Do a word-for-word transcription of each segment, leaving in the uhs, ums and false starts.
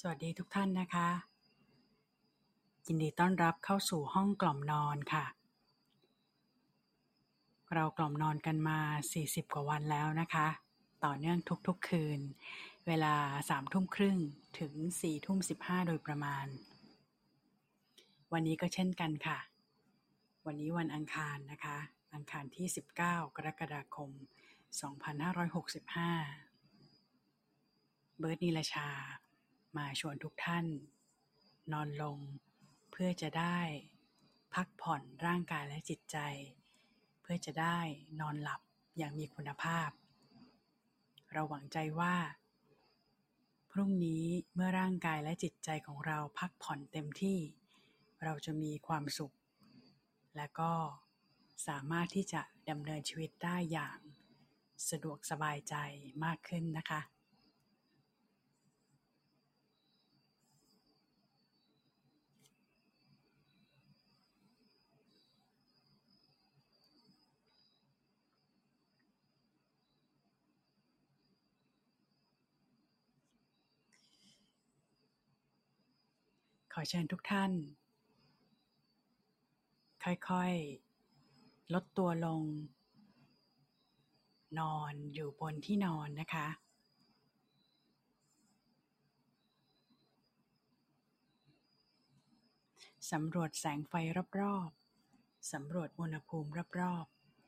สวัสดีทุกท่านนะคะยินดีต้อนรับเข้าสู่ห้องกล่อมนอนค่ะเรากล่อมนอนกันมาสี่สิบกว่าวันแล้วนะคะต่อเนื่องทุกๆคืนเวลาสามทุ่มครึ่งถึงสี่ทุ่มสิบห้าโดยประมาณวันนี้ก็เช่นกันค่ะวันนี้วันอังคารนะคะอังคารที่สิบเก้ากรกฎาคมสองพันห้าร้อยหกสิบห้าเบิร์ดนิลชามาชวนทุกท่านนอนลงเพื่อจะได้พักผ่อนร่างกายและจิตใจเพื่อจะได้นอนหลับอย่างมีคุณภาพเราหวังใจว่าพรุ่งนี้เมื่อร่างกายและจิตใจของเราพักผ่อนเต็มที่เราจะมีความสุขและก็สามารถที่จะดำเนินชีวิตได้อย่างสะดวกสบายใจมากขึ้นนะคะขอเชิญทุกท่านค่อยๆลดตัวลงนอนอยู่บนที่นอนนะคะสำรวจแสงไฟรอบๆสำรวจอุณหภูมิรอบ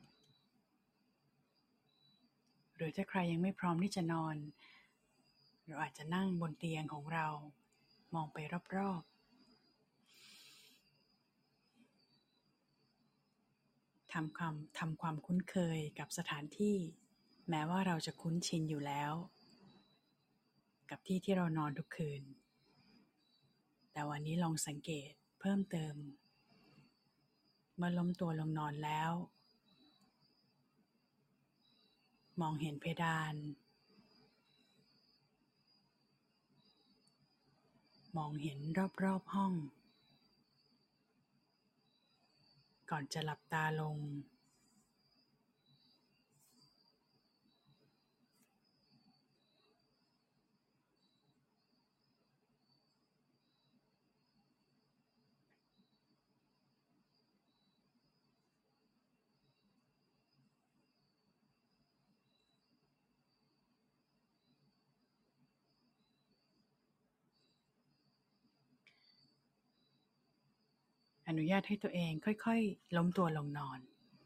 ๆหรือถ้าใครยังไม่พร้อมที่จะนอนเราอาจจะนั่งบนเตียงของเรามองไปรอบๆทำความทำความคุ้นเคยกับสถานที่แม้ว่าเราจะคุ้นชินอยู่แล้วกับที่ที่เรานอนทุกคืนแต่วันนี้ลองสังเกตเพิ่มเติมเมื่อล้มตัวลงนอนแล้วมองเห็นเพดานมองเห็นรอบๆห้องก่อนจะหลับตาลงอนุญาตให้ตัวเองค่อยๆล้มตัวลงนอน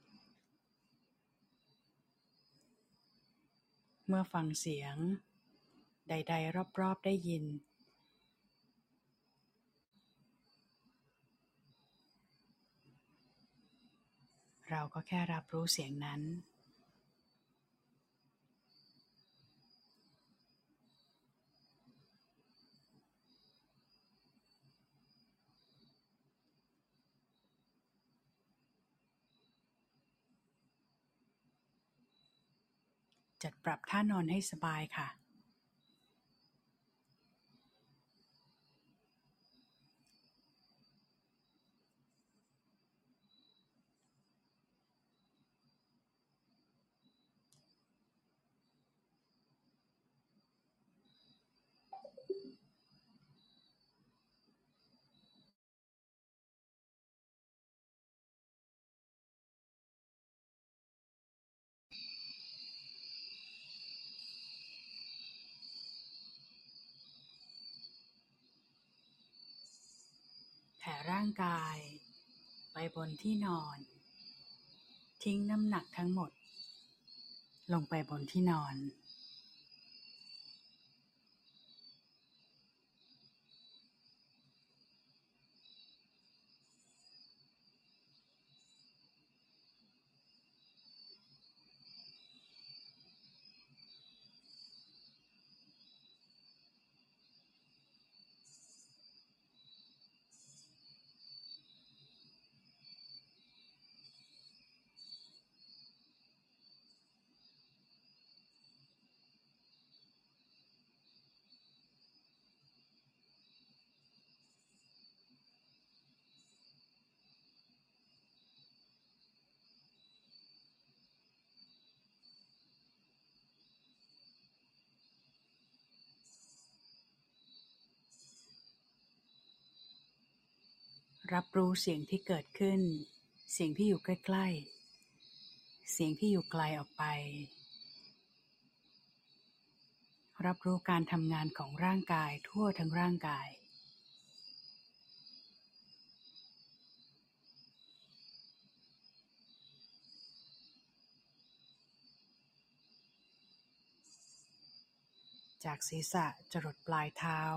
เมื่อฟังเสียงใดๆรอบๆได้ยินเราก็แค่รับรู้เสียงนั้นจัดปรับท่านอนให้สบายค่ะแผ่ร่างกายไปบนที่นอนทิ้งน้ำหนักทั้งหมดลงไปบนที่นอนรับรู้เสียงที่เกิดขึ้นเสียงที่อยู่ใกล้ๆเสียงที่อยู่ไกลออกไปรับรู้การทำงานของร่างกายทั่วทั้งร่างกายจากศีรษะจรดปลายเท้า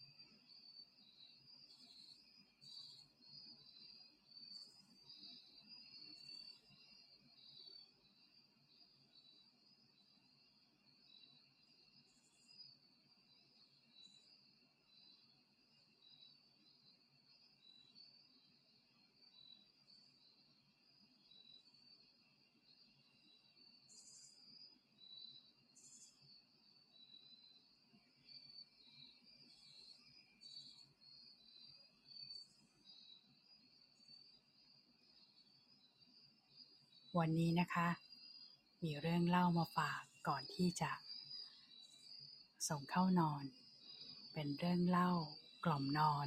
วันนี้นะคะมีเรื่องเล่ามาฝากก่อนที่จะส่งเข้านอนเป็นเรื่องเล่ากล่อมนอน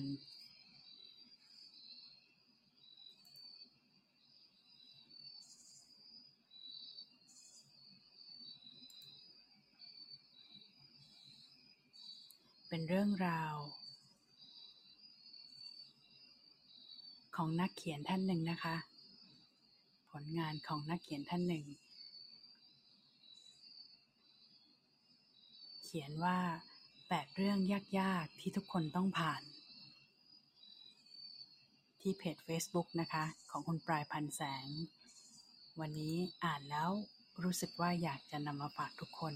เป็นเรื่องราวของนักเขียนท่านหนึ่งนะคะผลงานของนักเขียนท่านหนึ่งเขียนว่าแปดเรื่องยากๆที่ทุกคนต้องผ่านที่เพจ Facebook นะคะของคุณปลายพันแสงวันนี้อ่านแล้วรู้สึกว่าอยากจะนำมาฝากทุกคน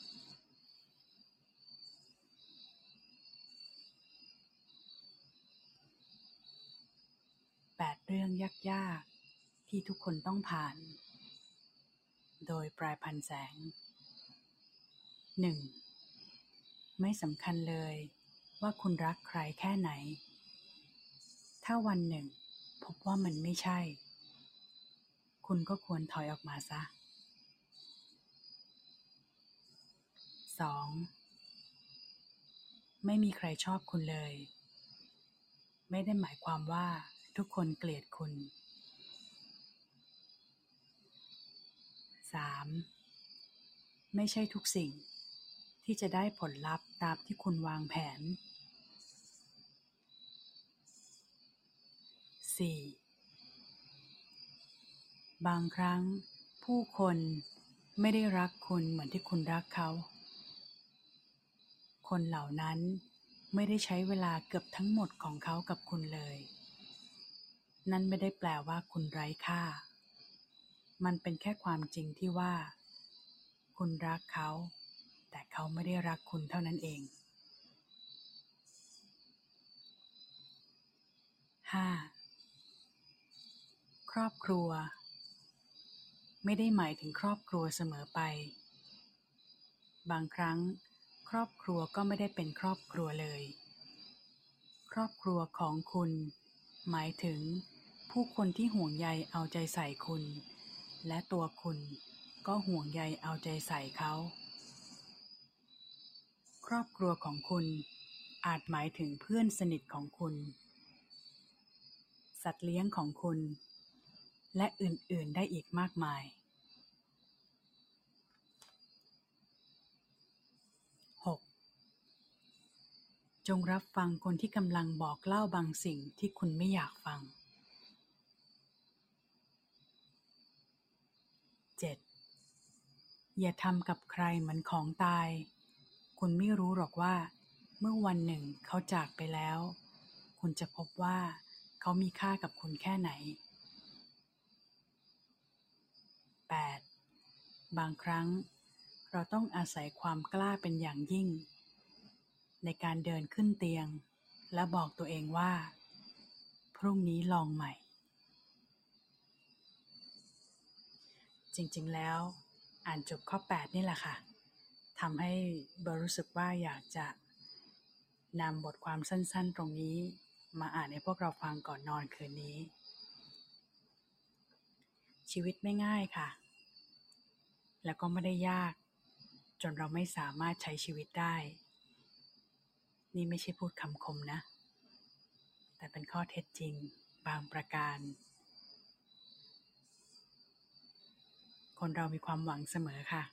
แปดเรื่องยากๆที่ทุกคนต้องผ่านโดยปลายพันแสง หนึ่ง ไม่สำคัญเลยว่าคุณรักใครแค่ไหนถ้าวันหนึ่งพบว่ามันไม่ใช่คุณก็ควรถอยออกมาซะ สอง ไม่มีใครชอบคุณเลยไม่ได้หมายความว่าทุกคนเกลียดคุณ สาม ไม่ใช่ทุกสิ่งที่จะได้ผลลัพธ์ตามที่คุณวางแผน สี่ บางครั้งผู้คนไม่ได้รักคุณเหมือนที่คุณรักเขาคนเหล่านั้นไม่ได้ใช้เวลาเกือบทั้งหมดของเขากับคุณเลยนั่นไม่ได้แปลว่าคุณไร้ค่ามันเป็นแค่ความจริงที่ว่าคุณรักเขาแต่เขาไม่ได้รักคุณเท่านั้นเอง ห้า ครอบครัวไม่ได้หมายถึงครอบครัวเสมอไปบางครั้งครอบครัวก็ไม่ได้เป็นครอบครัวเลยครอบครัวของคุณหมายถึงผู้คนที่ห่วงใยเอาใจใส่คุณและตัวคุณก็ห่วงใยเอาใจใส่เขาครอบครัวของคุณอาจหมายถึงเพื่อนสนิทของคุณสัตว์เลี้ยงของคุณและอื่นๆได้อีกมากมาย หก จงรับฟังคนที่กำลังบอกเล่าบางสิ่งที่คุณไม่อยากฟัง เจ็ด อย่าทำกับใครเหมือนของตายคุณไม่รู้หรอกว่าเมื่อวันหนึ่งเขาจากไปแล้วคุณจะพบว่าเขามีค่ากับคุณแค่ไหน แปด บางครั้งเราต้องอาศัยความกล้าเป็นอย่างยิ่งในการเดินขึ้นเตียงและบอกตัวเองว่าพรุ่งนี้ลองใหม่จริงๆแล้วอ่านจบข้อแปดนี่แหละค่ะทำให้เบอร์รู้สึกว่าอยากจะนำบทความสั้นๆตรงนี้มาอ่านให้พวกเราฟังก่อนนอนคืนนี้ชีวิตไม่ง่ายค่ะแล้วก็ไม่ได้ยากจนเราไม่สามารถใช้ชีวิตได้นี่ไม่ใช่พูดคำคมนะแต่เป็นข้อเท็จจริงใบบางประการคนเรามีความหวังเสมอค่ะ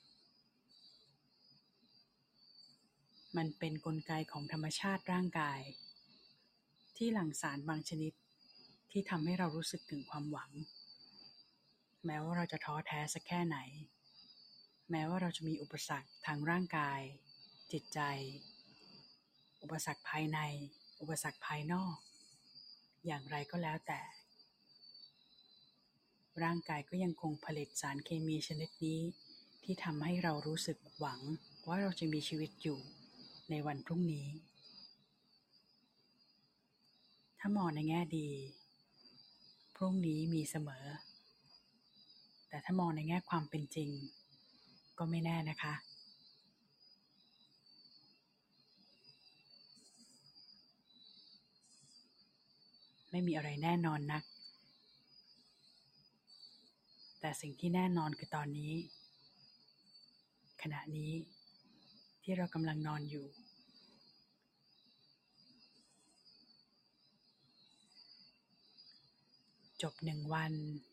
มันเป็นกลไกของธรรมชาติร่างกายที่หลั่งสารบางชนิดที่ทำให้เรารู้สึกถึงความหวังแม้ว่าเราจะท้อแท้สักแค่ไหนแม้ว่าเราจะมีอุปสรรคทางร่างกายจิตใจอุปสรรคภายในอุปสรรคภายนอกอย่างไรก็แล้วแต่ร่างกายก็ยังคงผลิตสารเคมีชนิดนี้ที่ทำให้เรารู้สึกหวังว่าเราจะมีชีวิตอยู่ในวันพรุ่งนี้ถ้ามองในแง่ดีพรุ่งนี้มีเสมอแต่ถ้ามองในแง่ความเป็นจริงก็ไม่แน่นะคะไม่มีอะไรแน่นอนนักแต่สิ่งที่แน่นอนคือตอนนี้ขณะนี้ที่เรากำลังนอนอยู่จบหนึ่งวัน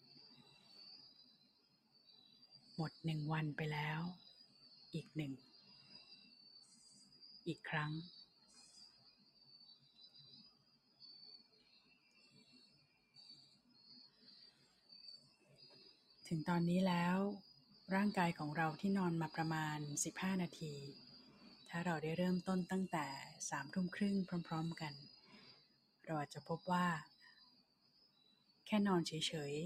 หมดหนึ่งวันไปแล้วอีกหนึ่งอีกครั้งถึงตอนนี้แล้วร่างกายของเราที่นอนมาประมาณสิบห้านาทีถ้าเราได้เริ่มต้นตั้งแต่สามทุ่มครึ่งพร้อมๆกันเราอาจจะพบว่าแค่นอนเฉย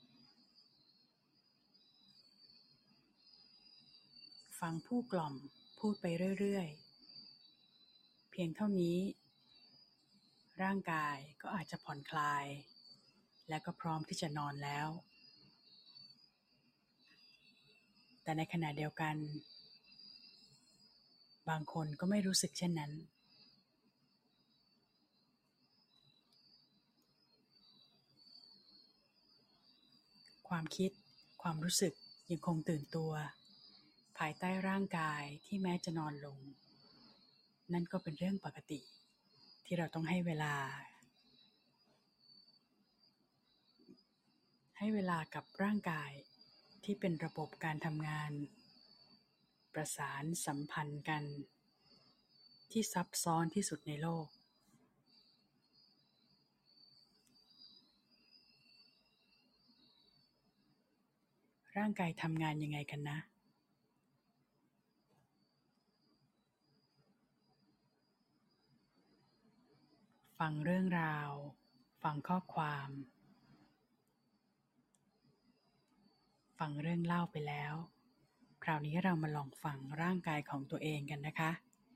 ๆฟังผู้กล่อมพูดไปเรื่อยๆเพียงเท่านี้ร่างกายก็อาจจะผ่อนคลายและก็พร้อมที่จะนอนแล้วแต่ในขณะเดียวกันบางคนก็ไม่รู้สึกเช่นนั้นความคิดความรู้สึกยังคงตื่นตัวภายใต้ร่างกายที่แม้จะนอนลงนั่นก็เป็นเรื่องปกติที่เราต้องให้เวลาให้เวลากับร่างกายที่เป็นระบบการทำงานประสานสัมพันธ์กันที่ซับซ้อนที่สุดในโลกร่างกายทำงานยังไงกันนะฟังเรื่องราวฟังข้อความฟังเรื่องเล่าไปแล้วคราวนี้เรามาลองฟังร่างกายของตัวเองกันนะคะ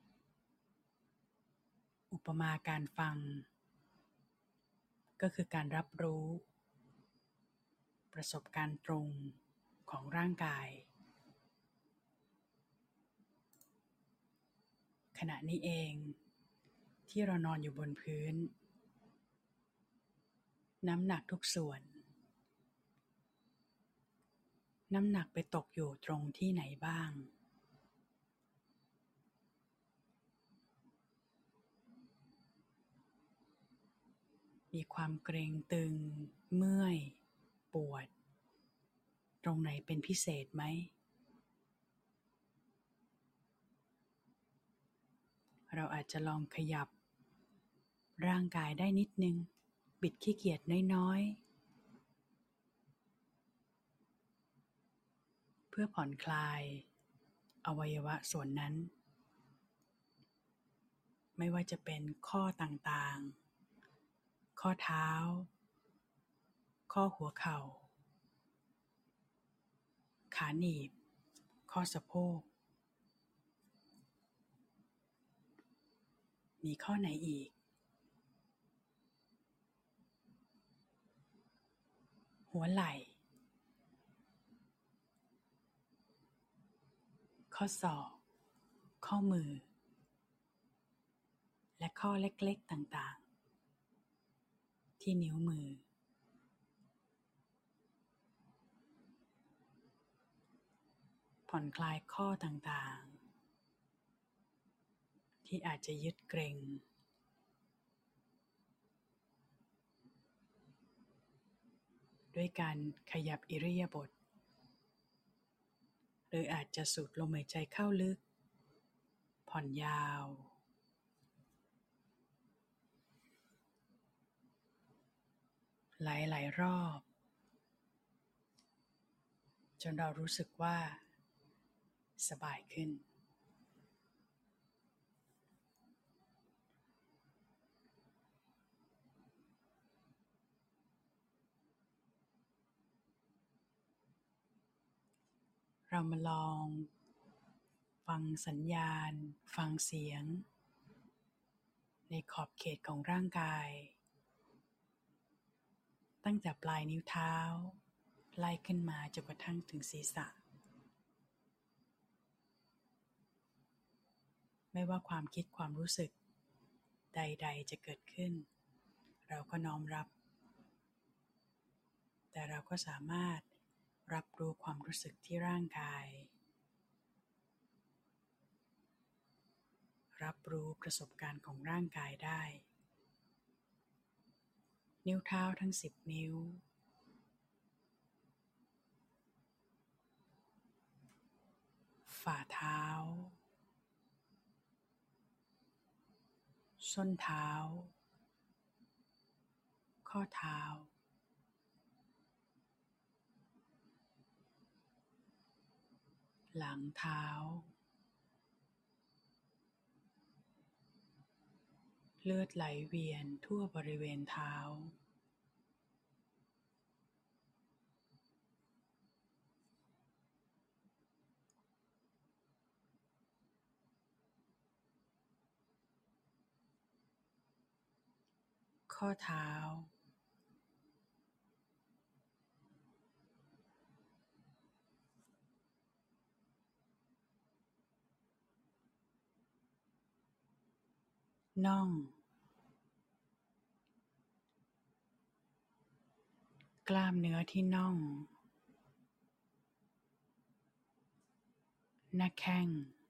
อุปมาการฟังก็คือการรับรู้ประสบการณ์ตรงของร่างกายขณะนี้เองที่เรานอนอยู่บนพื้นน้ำหนักทุกส่วนน้ำหนักไปตกอยู่ตรงที่ไหนบ้างมีความเกร็งตึงเมื่อยปวดตรงไหนเป็นพิเศษไหมเราอาจจะลองขยับร่างกายได้นิดนึงบิดขี้เกียจน้อยๆเพื่อผ่อนคลายอวัยวะส่วนนั้นไม่ว่าจะเป็นข้อต่างๆข้อเท้าข้อหัวเข่าขาหนีบข้อสะโพกมีข้อไหนอีกหัวไหล่ข้อศอกข้อมือและข้อเล็กๆต่างๆที่นิ้วมือผ่อนคลายข้อต่างๆที่อาจจะยึดเกร็งด้วยการขยับอิริยาบถหรืออาจจะสูดลมหายใจเข้าลึกผ่อนยาวหลายๆรอบจนเรารู้สึกว่าสบายขึ้นเรามาลองฟังสัญญาณฟังเสียงในขอบเขตของร่างกายตั้งแต่ปลายนิ้วเท้าไล่ขึ้นมาจนกระทั่งถึงศีรษะไม่ว่าความคิดความรู้สึกใดๆจะเกิดขึ้นเราก็น้อมรับแต่เราก็สามารถรับรู้ความรู้สึกที่ร่างกายรับรู้ประสบการณ์ของร่างกายได้นิ้วเท้าทั้งสิบนิ้วฝ่าเท้าส้นเท้าข้อเท้าหลังเท้าเลือดไหลเวียนทั่วบริเวณเท้าข้อเท้าน่องกล้ามเนื้อที่น่องหน้าแข้ง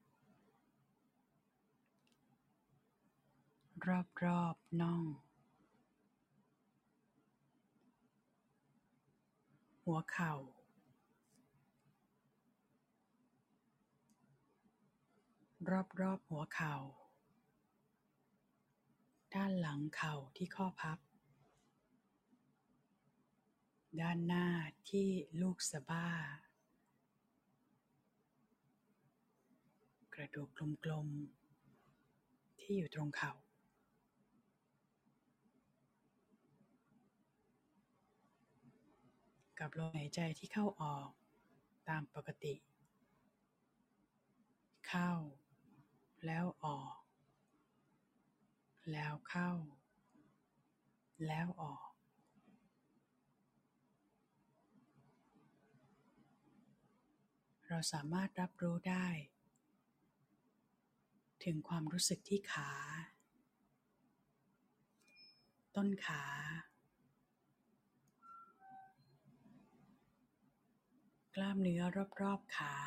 รอบๆน่องหัวเข่ารอบๆหัวเข่าด้านหลังเข่าที่ข้อพับด้านหน้าที่ลูกสะบ้ากระดูกกลมๆที่อยู่ตรงเข่ากับลมหายใจที่เข้าออกตามปกติเข้าแล้วออกแล้วเข้าแล้วออกเราสามารถรับรู้ได้ถึงความรู้สึกที่ขาต้นขากล้ามเนื้อรอบๆขา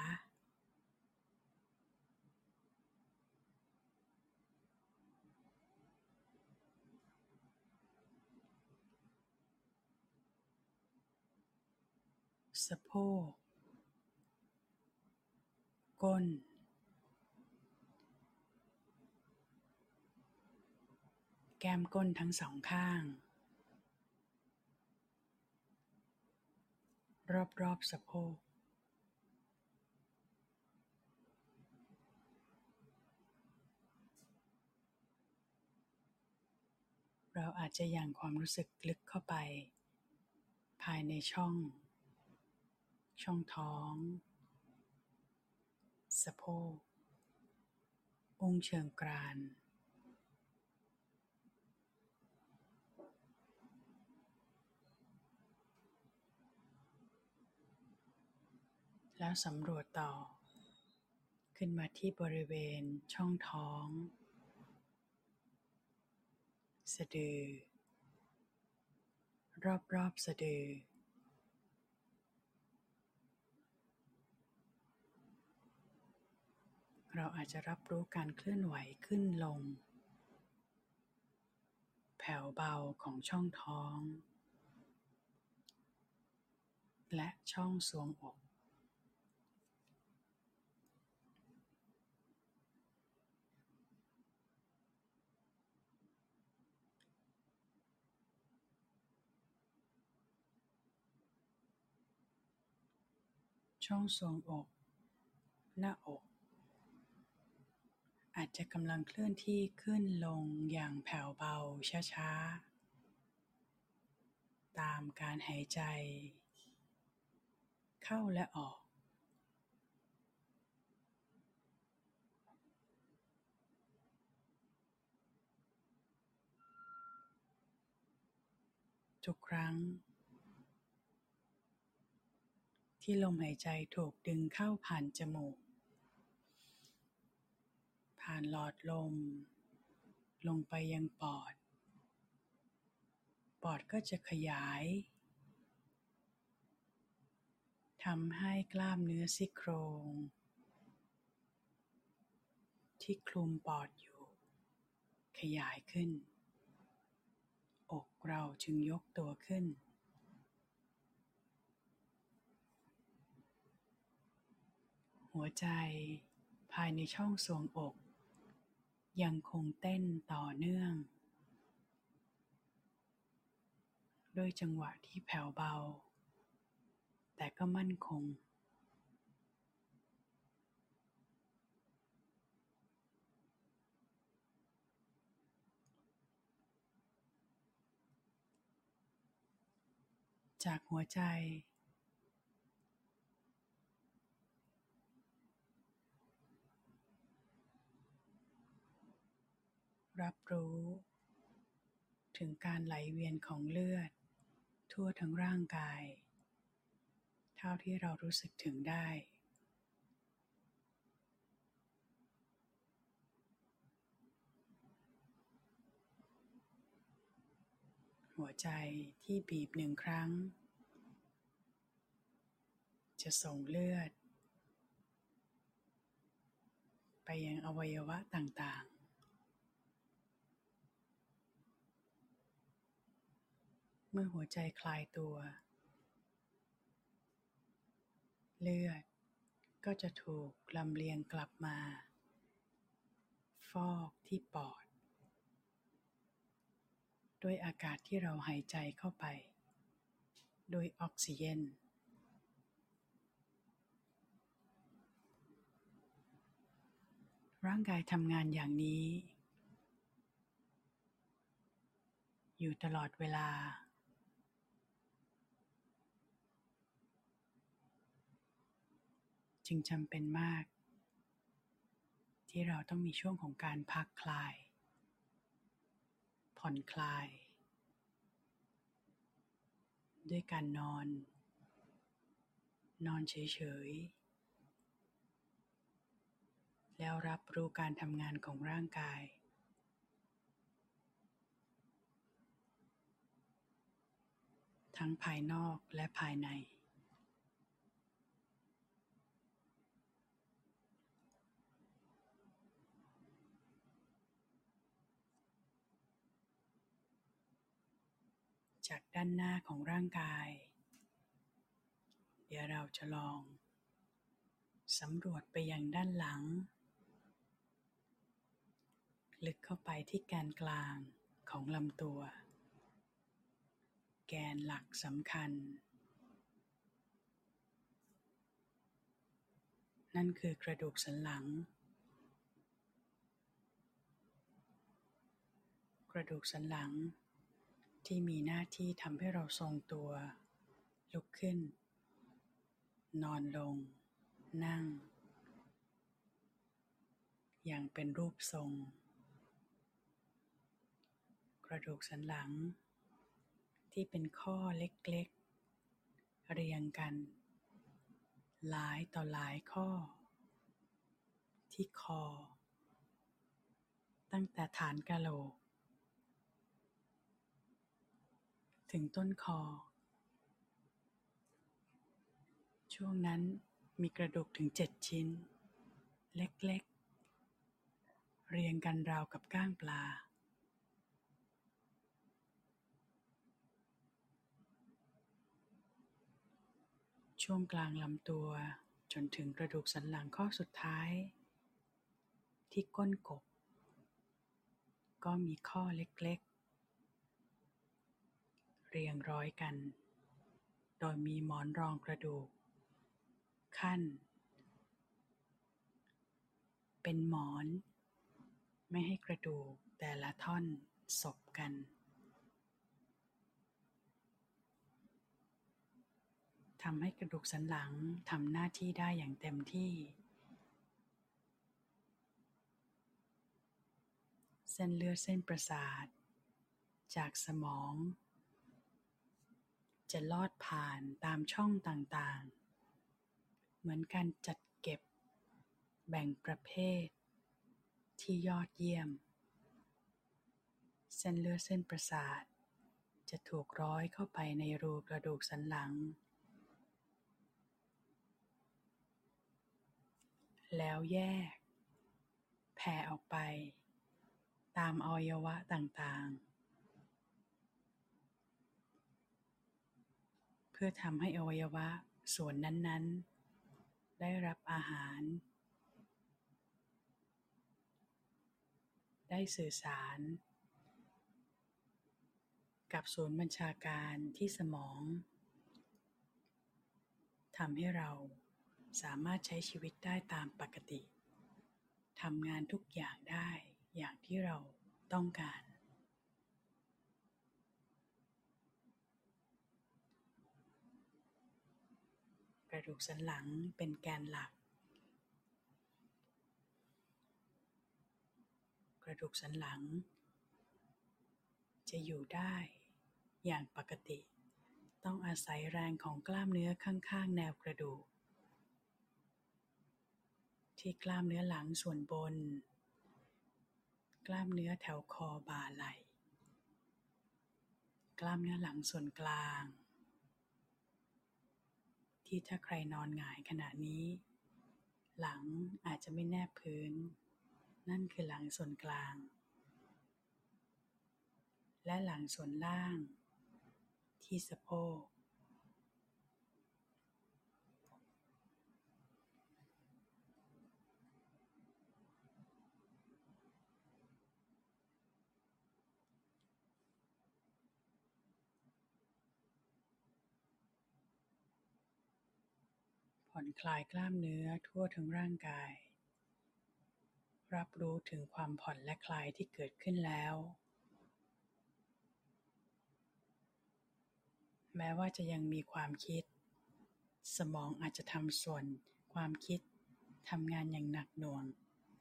สะโพกก้นแก้มก้นทั้งสองข้างรอบๆสะโพกเราอาจจะหยั่งความรู้สึกลึกเข้าไปภายในช่องช่องท้องสะโพกอุ้งเชิงกรานแล้วสำรวจต่อขึ้นมาที่บริเวณช่องท้องสะดือรอบๆสะดือเราอาจจะรับรู้การเคลื่อนไหวขึ้นลงแผ่วเบาของช่องท้องและช่องทรวงอกช่องทรวงอกหน้าอกอาจจะกำลังเคลื่อนที่ขึ้นลงอย่างแผ่วเบาช้าๆตามการหายใจเข้าและออกทุกครั้งที่ลมหายใจถูกดึงเข้าผ่านจมูกผ่านหลอดลมลงไปยังปอดปอดก็จะขยายทำให้กล้ามเนื้อซี่โครงที่คลุมปอดอยู่ขยายขึ้นอกเราจึงยกตัวขึ้นหัวใจภายในช่องทรวงอกยังคงเต้นต่อเนื่องด้วยจังหวะที่แผ่วเบาแต่ก็มั่นคงจากหัวใจรับรู้ถึงการไหลเวียนของเลือดทั่วทั้งร่างกายเท่าที่เรารู้สึกถึงได้หัวใจที่บีบหนึ่งครั้งจะส่งเลือดไปยังอวัยวะต่างๆเมื่อหัวใจคลายตัวเลือดก็จะถูกลำเลียงกลับมาฟอกที่ปอดด้วยอากาศที่เราหายใจเข้าไปโดยออกซิเจนร่างกายทำงานอย่างนี้อยู่ตลอดเวลาจึงจำเป็นมากที่เราต้องมีช่วงของการพักคลายผ่อนคลายด้วยการนอนนอนเฉยๆแล้วรับรู้การทำงานของร่างกายทั้งภายนอกและภายในจากด้านหน้าของร่างกายเดี๋ยวเราจะลองสำรวจไปยังด้านหลังลึกเข้าไปที่แกนกลางของลำตัวแกนหลักสำคัญนั่นคือกระดูกสันหลังกระดูกสันหลังที่มีหน้าที่ทำให้เราทรงตัวลุกขึ้นนอนลงนั่งอย่างเป็นรูปทรงกระดูกสันหลังที่เป็นข้อเล็กๆเรียงกันหลายต่อหลายข้อที่คอตั้งแต่ฐานกะโหลกถึงต้นคอช่วงนั้นมีกระดูกถึงเจ็ดชิ้นเล็กๆเรียงกันราวกับก้างปลาช่วงกลางลำตัวจนถึงกระดูกสันหลังข้อสุดท้ายที่ก้นกบก็มีข้อเล็กๆเรียงร้อยกันโดยมีหมอนรองกระดูกขั้นเป็นหมอนไม่ให้กระดูกแต่ละท่อนสบกันทำให้กระดูกสันหลังทำหน้าที่ได้อย่างเต็มที่เส้นเลือดเส้นประสาทจากสมองจะลอดผ่านตามช่องต่างๆเหมือนการจัดเก็บแบ่งประเภทที่ยอดเยี่ยมเส้นเลือดเส้นประสาทจะถูกร้อยเข้าไปในรูกระดูกสันหลังแล้วแยกแผ่ออกไปตามอวัยวะต่างๆเพื่อทำให้อวัยวะส่วนนั้นๆได้รับอาหารได้สื่อสารกับศูนย์บัญชาการที่สมองทำให้เราสามารถใช้ชีวิตได้ตามปกติทำงานทุกอย่างได้อย่างที่เราต้องการกระดูกสันหลังเป็นแกนหลักกระดูกสันหลังจะอยู่ได้อย่างปกติต้องอาศัยแรงของกล้ามเนื้อข้างๆแนวกระดูกที่กล้ามเนื้อหลังส่วนบนกล้ามเนื้อแถวคอบ่าไหล่กล้ามเนื้อหลังส่วนกลางที่ถ้าใครนอนหงายขณะนี้หลังอาจจะไม่แนบพื้นนั่นคือหลังส่วนกลางและหลังส่วนล่างที่สะโพกผ่อนคลายกล้ามเนื้อทั่วทั้งร่างกายรับรู้ถึงความผ่อนและคลายที่เกิดขึ้นแล้วแม้ว่าจะยังมีความคิดสมองอาจจะทำส่วนความคิดทำงานอย่างหนักหน่วง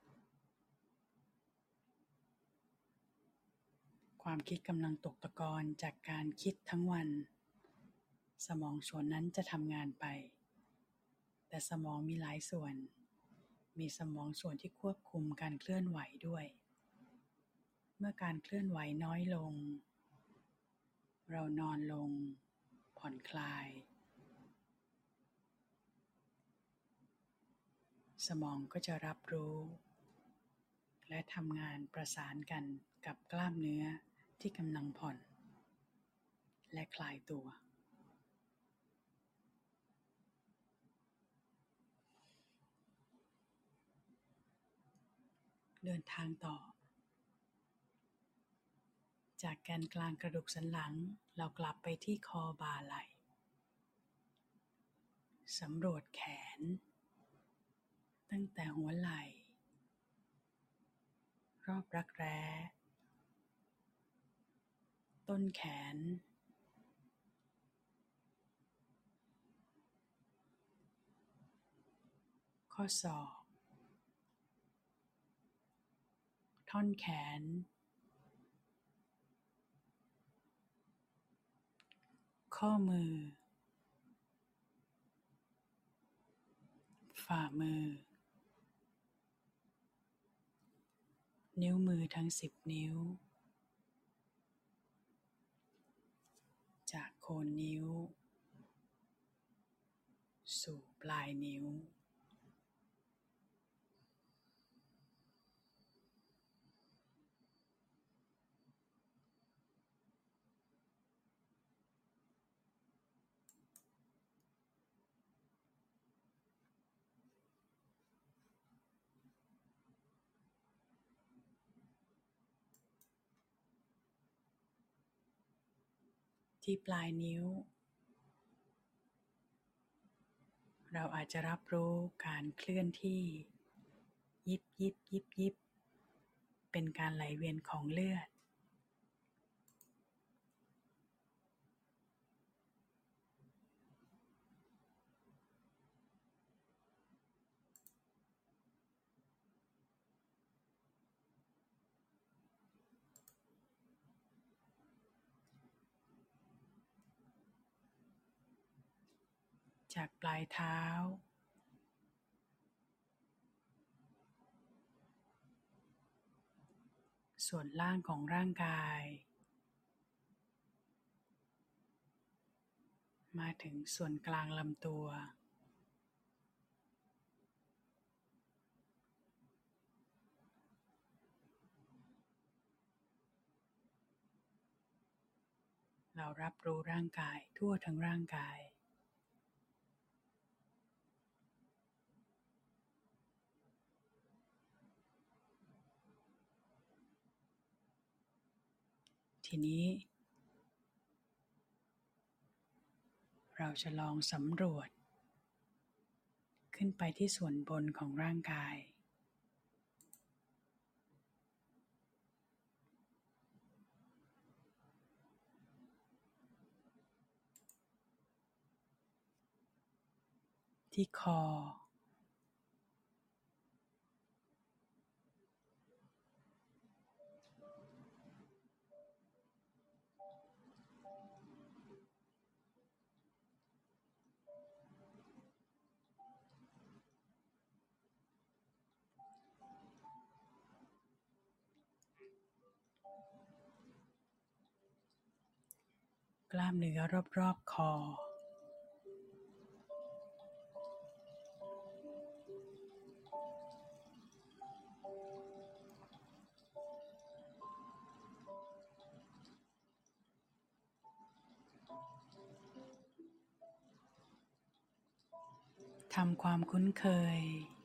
ความคิดกำลังตกตะกอนจากการคิดทั้งวันสมองส่วนนั้นจะทำงานไปแต่สมองมีหลายส่วนมีสมองส่วนที่ควบคุมการเคลื่อนไหวด้วยเมื่อการเคลื่อนไหวน้อยลงเรานอนลงผ่อนคลายสมองก็จะรับรู้และทำงานประสานกันกับกล้ามเนื้อที่กำลังผ่อนและคลายตัวเดินทางต่อจากแกนกลางกระดูกสันหลังเรากลับไปที่คอบ่าไหล่สำรวจแขนตั้งแต่หัวไหล่รอบรักแร้ต้นแขนข้อศอกท่อนแขนข้อมือฝ่ามือนิ้วมือทั้งสิบนิ้วจากโคนนิ้วสู่ปลายนิ้วที่ปลายนิ้วเราอาจจะรับรู้การเคลื่อนที่ยิบยิบยิบยิบเป็นการไหลเวียนของเลือดจากปลายเท้าส่วนล่างของร่างกายมาถึงส่วนกลางลำตัวเรารับรู้ร่างกายทั่วทั้งร่างกายทีนี้เราจะลองสำรวจขึ้นไปที่ส่วนบนของร่างกายที่คอกล้ามเนื้อรอบๆคอทำความคุ้นเคย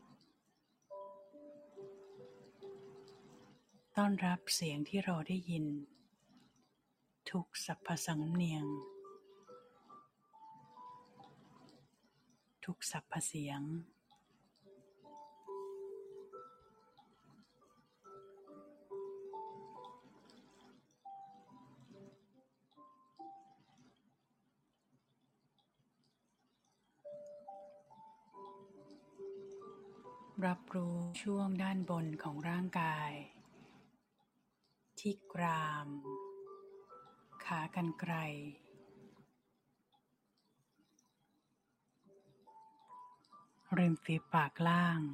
ต้อนรับเสียงที่เราได้ยินทุกสรรพสำเนียงทุกสรรพเสียงรับรู้ช่วงด้านบนของร่างกายที่กรามขากรรไกรริมฝีปากล่าง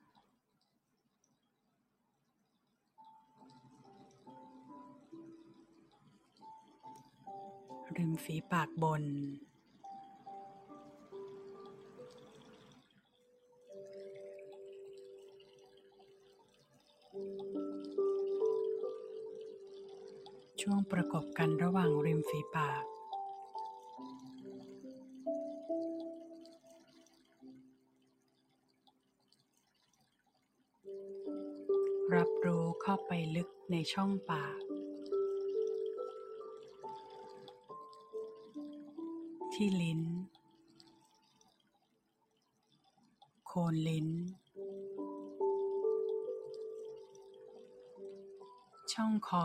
ริมฝีปากบนช่วงประกบกันระหว่างริมฝีปากรับรู้เข้าไปลึกในช่องปากที่ลิ้นโคนลิ้นช่องคอ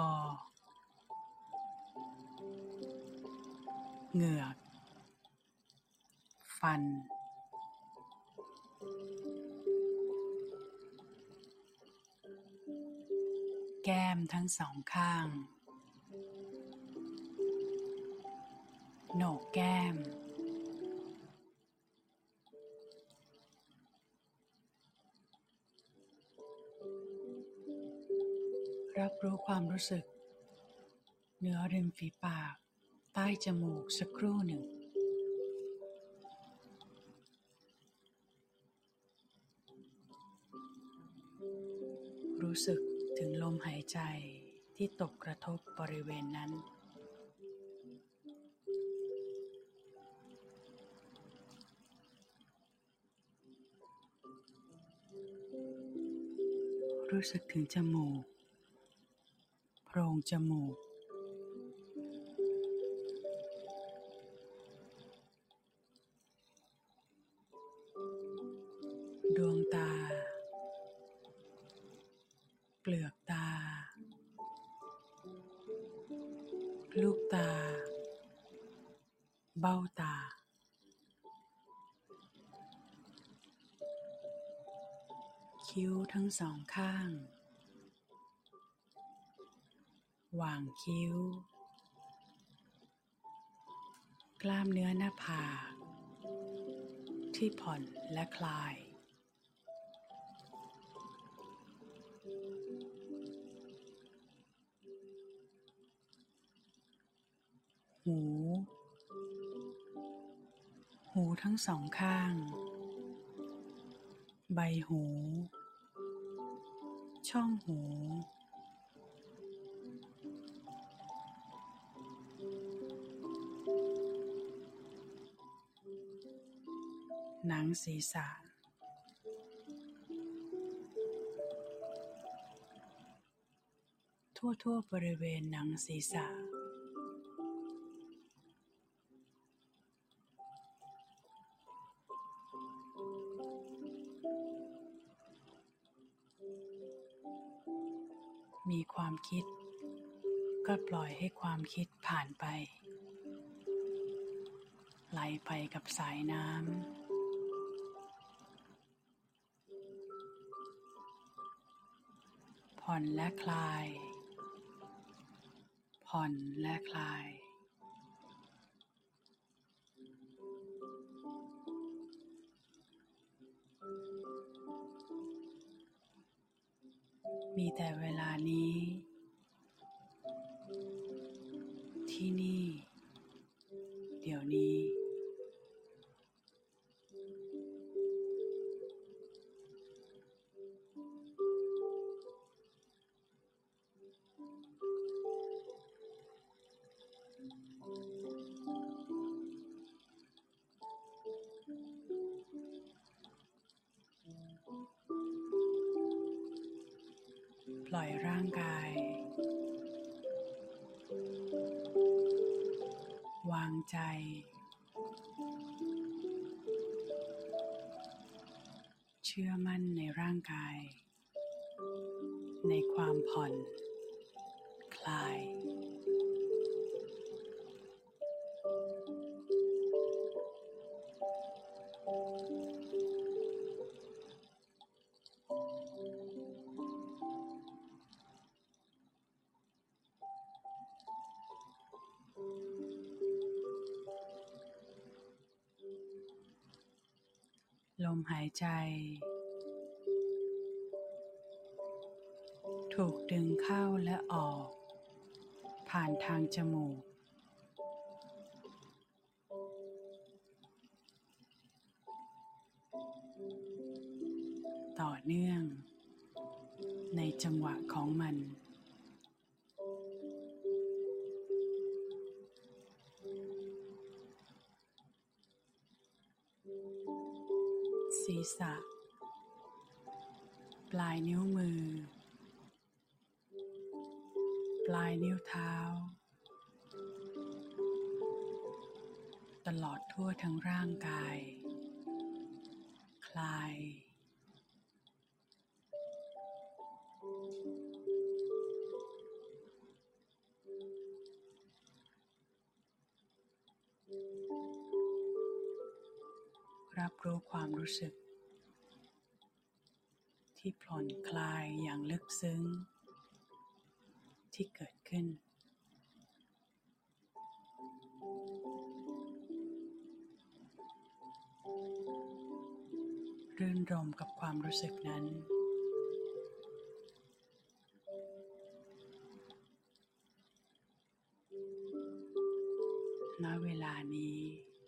เหงือกฟันแก้มทั้งสองข้างโหนกแก้มรับรู้ความรู้สึกเหนือริมฝีปากใต้จมูกสักครู่หนึ่งรู้สึกถึงลมหายใจที่ตกกระทบบริเวณนั้นรู้สึกถึงจมูกโพรงจมูกเปลือกตาลูกตาเบ้าตาคิ้วทั้งสองข้างหว่างคิ้วกล้ามเนื้อหน้าผากที่ผ่อนและคลายหูหูทั้งสองข้างใบหูช่องหูหนังศีรษะทั่วๆบริเวณหนังศีรษะมีความคิดก็ปล่อยให้ความคิดผ่านไปไหลไปกับสายน้ำผ่อนและคลายผ่อนและคลายมีแต่เวลานี้ที่นี่เดี๋ยวนี้ปล่อยร่างกายวางใจเชื่อมั่นในร่างกายในความผ่อนคลายลมหายใจถูกดึงเข้าและออกผ่านทางจมูกต่อเนื่องในจังหวะของมันศีรษะปลายนิ้วมือปลายนิ้วเท้าตลอดทั่วทั้งร่างกายคลายรับรู้ความรู้สึกที่ผ่อนคลายอย่างลึกซึ้งที่เกิดขึ้นรื่นรมกับความรู้สึกนั้นณเวลานี้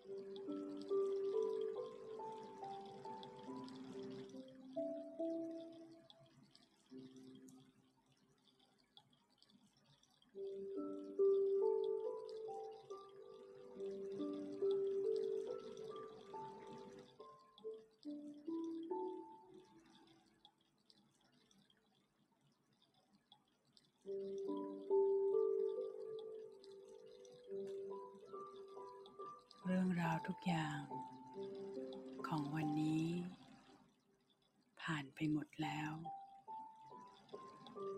เรื่องราวทุกอย่างของวันนี้ผ่านไปหมดแล้ว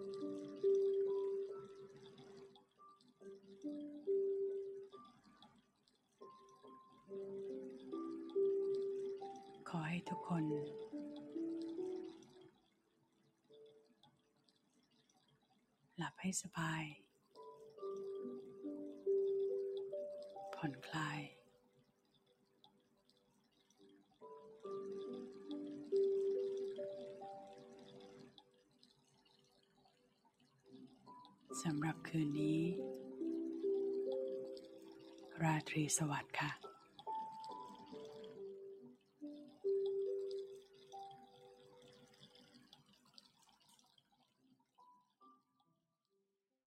อให้ทุกคน หลับให้สบาย ผ่อนคลาย สำหรับคืนนี้ ราตรีสวัสดิ์ค่ะ